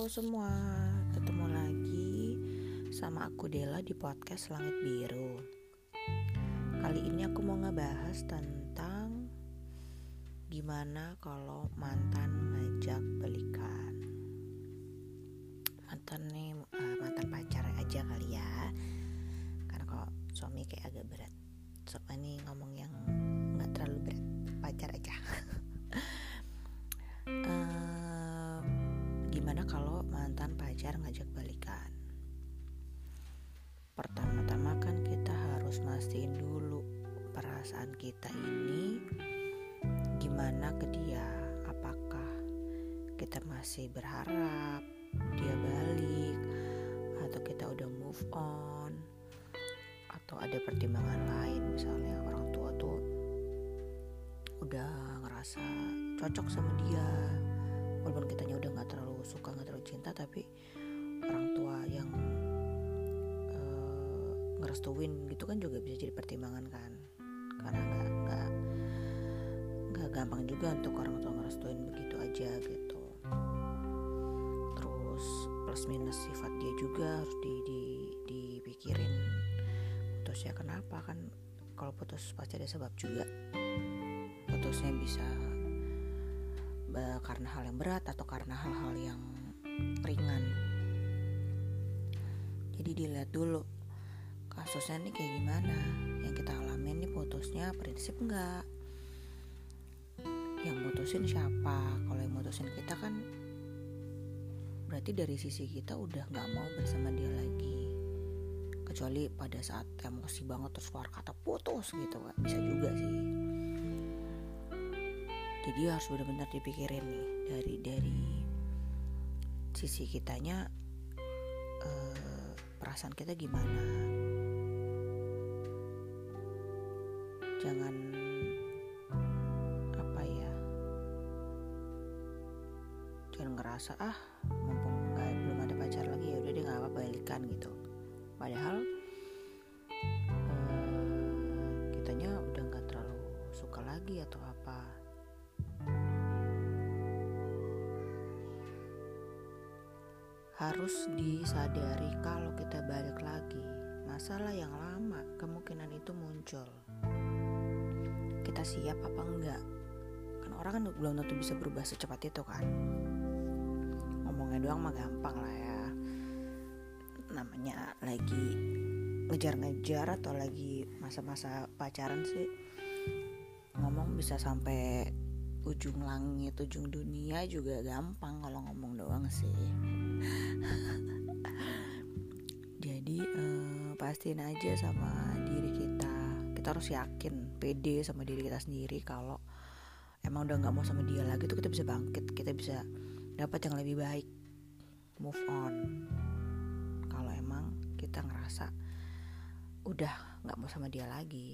semua, ketemu lagi sama aku Della di podcast Langit Biru. Kali ini aku mau ngebahas tentang gimana kalau mantan ngajak balikan. Mantan pacar aja kali ya, karena kalau suami kayak agak berat. Soalnya ini ngomong yang nggak terlalu berat, pacar aja. Gimana kalau mantan pacar ngajak balikan? Pertama-tama kan kita harus mastiin dulu perasaan kita ini gimana ke dia. Apakah kita masih berharap dia balik, atau kita udah move on, atau ada pertimbangan lain. Misalnya orang tua tuh udah ngerasa cocok sama dia, walaupun kitanya udah gak terlalu suka, gak terlalu cinta, tapi orang tua yang ngerestuin gitu kan juga bisa jadi pertimbangan kan. Karena gak gampang juga untuk orang tua ngerestuin begitu aja gitu. Terus plus minus sifat dia juga harus dipikirin. Putusnya kenapa, kan kalau putus pasti ada sebab juga. Putusnya bisa karena hal yang berat atau karena hal-hal yang ringan. Jadi dilihat dulu kasusnya nih kayak gimana. Yang kita alamin nih putusnya prinsip enggak, yang mutusin siapa. Kalau yang mutusin kita kan berarti dari sisi kita udah gak mau bersama dia lagi. Kecuali pada saat emosi banget terus keluar kata putus gitu, gak bisa juga sih. Jadi harus benar-benar dipikirin nih dari sisi kitanya, perasaan kita gimana. Jangan jangan ngerasa mumpung belum ada pacar lagi ya udah deh nggak apa-apa balikan gitu. Padahal kitanya udah nggak terlalu suka lagi atau apa. Harus disadari kalau kita balik lagi, masalah yang lama kemungkinan itu muncul. Kita siap apa enggak? Kan orang kan belum tentu bisa berubah secepat itu kan. Ngomongnya doang mah gampang lah ya. Namanya lagi ngejar-ngejar atau lagi masa-masa pacaran sih, ngomong bisa sampai ujung langit, ujung dunia juga gampang kalau ngomong doang sih. Jadi pastiin aja sama diri kita. Kita harus yakin, pede sama diri kita sendiri kalau emang udah gak mau sama dia lagi tuh kita bisa bangkit, kita bisa dapat yang lebih baik, move on. Kalau emang kita ngerasa udah gak mau sama dia lagi.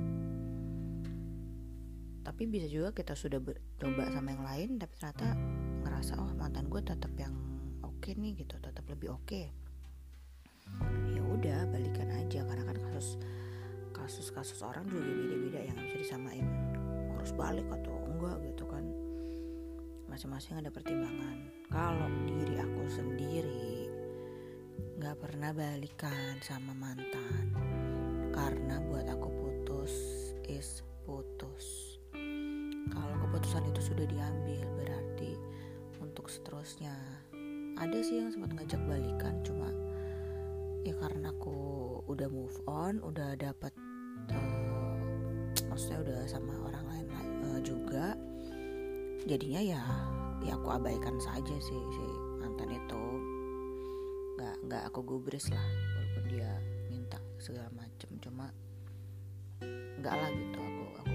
Tapi bisa juga kita sudah coba sama yang lain tapi ternyata ngerasa mantan gue tetap yang oke nih gitu, tetap lebih oke. Ya udah balikan aja, karena kan kasus orang juga beda-beda, yang bisa disamain harus balik atau enggak gitu kan. Masing-masing ada pertimbangan. Kalau diri aku sendiri gak pernah balikan sama mantan, karena buat aku putus is putus. Kalau keputusan itu sudah diambil berarti untuk seterusnya. Ada sih yang sempat ngajak balikan, cuma ya karena aku udah move on, udah dapat maksudnya udah sama orang lain juga, jadinya ya aku abaikan saja si mantan itu. Nggak aku gubris lah, walaupun dia minta segala macem, cuma nggak lah gitu. Aku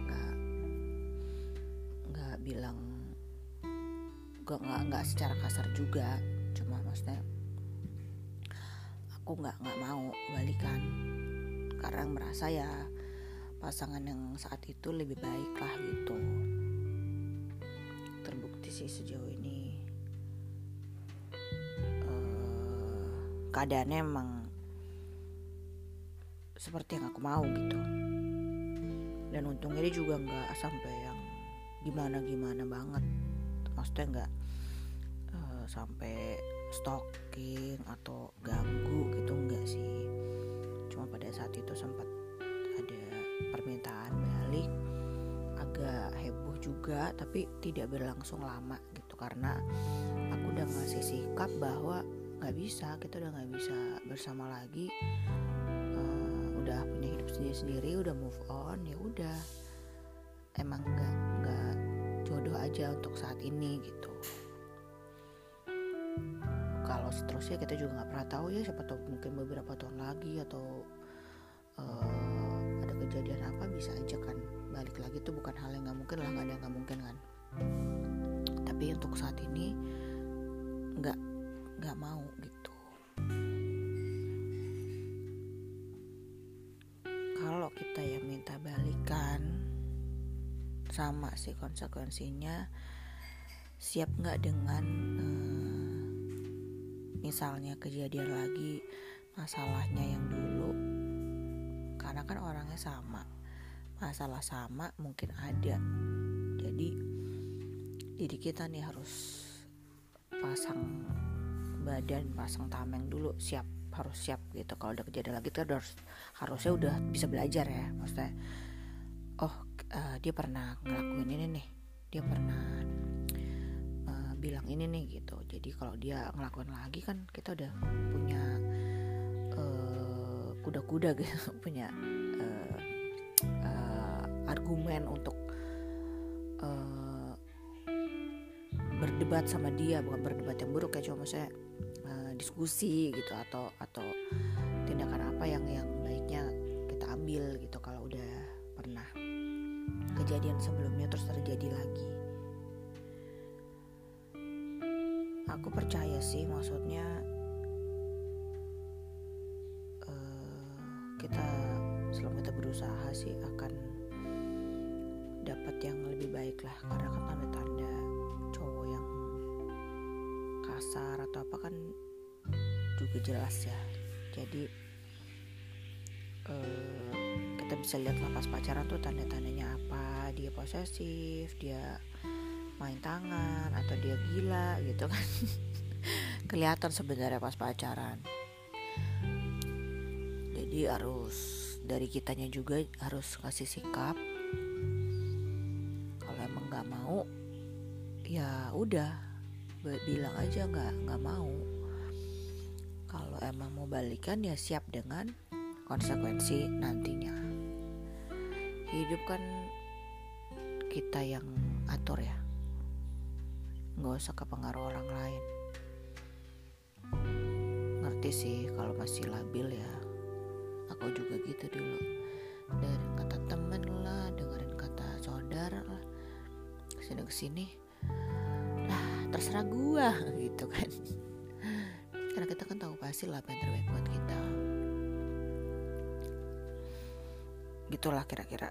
nggak bilang, nggak secara kasar juga, cuma maksudnya aku nggak mau balikan karena merasa ya pasangan yang saat itu lebih baik lah gitu. Terbukti sih sejauh ini keadaannya emang seperti yang aku mau gitu. Dan untungnya dia juga nggak sampai yang gimana banget, maksudnya nggak sampai stalking atau ganggu gitu, enggak sih. Cuma pada saat itu sempat ada permintaan balik, agak heboh juga, tapi tidak berlangsung lama gitu, karena aku udah ngasih sikap bahwa nggak bisa, kita udah nggak bisa bersama lagi, udah punya hidup sendiri-sendiri, udah move on, ya udah, emang nggak jodoh aja untuk saat ini gitu. Kalau seterusnya kita juga nggak pernah tahu ya, siapa tahu mungkin beberapa tahun lagi atau ada kejadian apa, bisa aja kan balik lagi. Tuh bukan hal yang nggak mungkin lah, nggak ada yang nggak mungkin kan. Tapi untuk saat ini nggak mau gitu. Kalau kita yang minta balikan, sama sih konsekuensinya. Siap nggak dengan misalnya kejadian lagi masalahnya yang dulu, karena kan orangnya sama, masalah sama mungkin ada. Jadi diri kita nih harus pasang badan, pasang tameng dulu, harus siap gitu. Kalau udah kejadian lagi kita harusnya udah bisa belajar ya, maksudnya dia pernah ngelakuin ini nih, dia pernah bilang ini nih gitu. Jadi kalau dia ngelakuin lagi kan kita udah punya kuda-kuda gitu, punya argumen untuk berdebat sama dia. Bukan berdebat yang buruk ya, cuma maksudnya diskusi gitu, atau tindakan apa yang baiknya kita ambil gitu kalau udah pernah kejadian sebelumnya terus terjadi lagi. Aku percaya sih, maksudnya kita selama kita berusaha sih akan dapat yang lebih baik lah. Karena kan tanda-tanda cowok yang kasar atau apa kan juga jelas ya. Jadi kita bisa lihat lah pas pacaran tuh tanda-tandanya apa. Dia posesif, dia main tangan, atau dia gila gitu kan. Kelihatan sebenarnya pas pacaran. Jadi harus dari kitanya juga harus kasih sikap. Kalau emang nggak mau, ya udah bilang aja nggak mau. Kalau emang mau balikan ya siap dengan konsekuensi nantinya. Hidup kan kita yang atur ya, nggak usah kepengaruh orang lain. Ngerti sih kalau masih labil ya, aku juga gitu dulu. Dengerin kata temen lah, dengerin kata saudara lah, kesini lah terserah gua gitu kan. Karena kita kan tahu pasti lah apa yang terbaik buat kita. Gitulah kira-kira.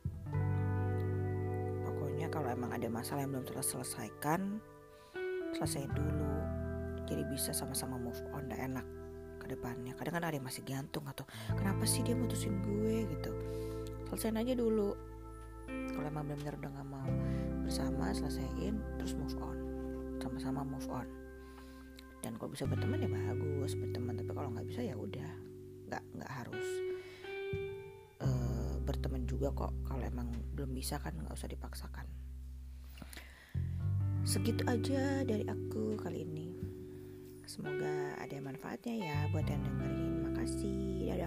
Pokoknya kalau emang ada masalah yang belum terselesaikan, selesaiin dulu. Jadi bisa sama-sama move on, udah enak ke depannya. Kadang kan ada yang masih gantung atau kenapa sih dia mutusin gue gitu. Selesaiin aja dulu. Kalau emang benar-benar udah gak mau bersama, selesaiin terus move on. Sama-sama move on. Dan kalau bisa berteman ya bagus berteman, tapi kalau nggak bisa ya udah, nggak harus berteman juga kok. Kalau emang belum bisa kan nggak usah dipaksakan. Segitu aja dari aku kali ini. Semoga ada manfaatnya ya buat yang dengerin. Makasih. Dadah.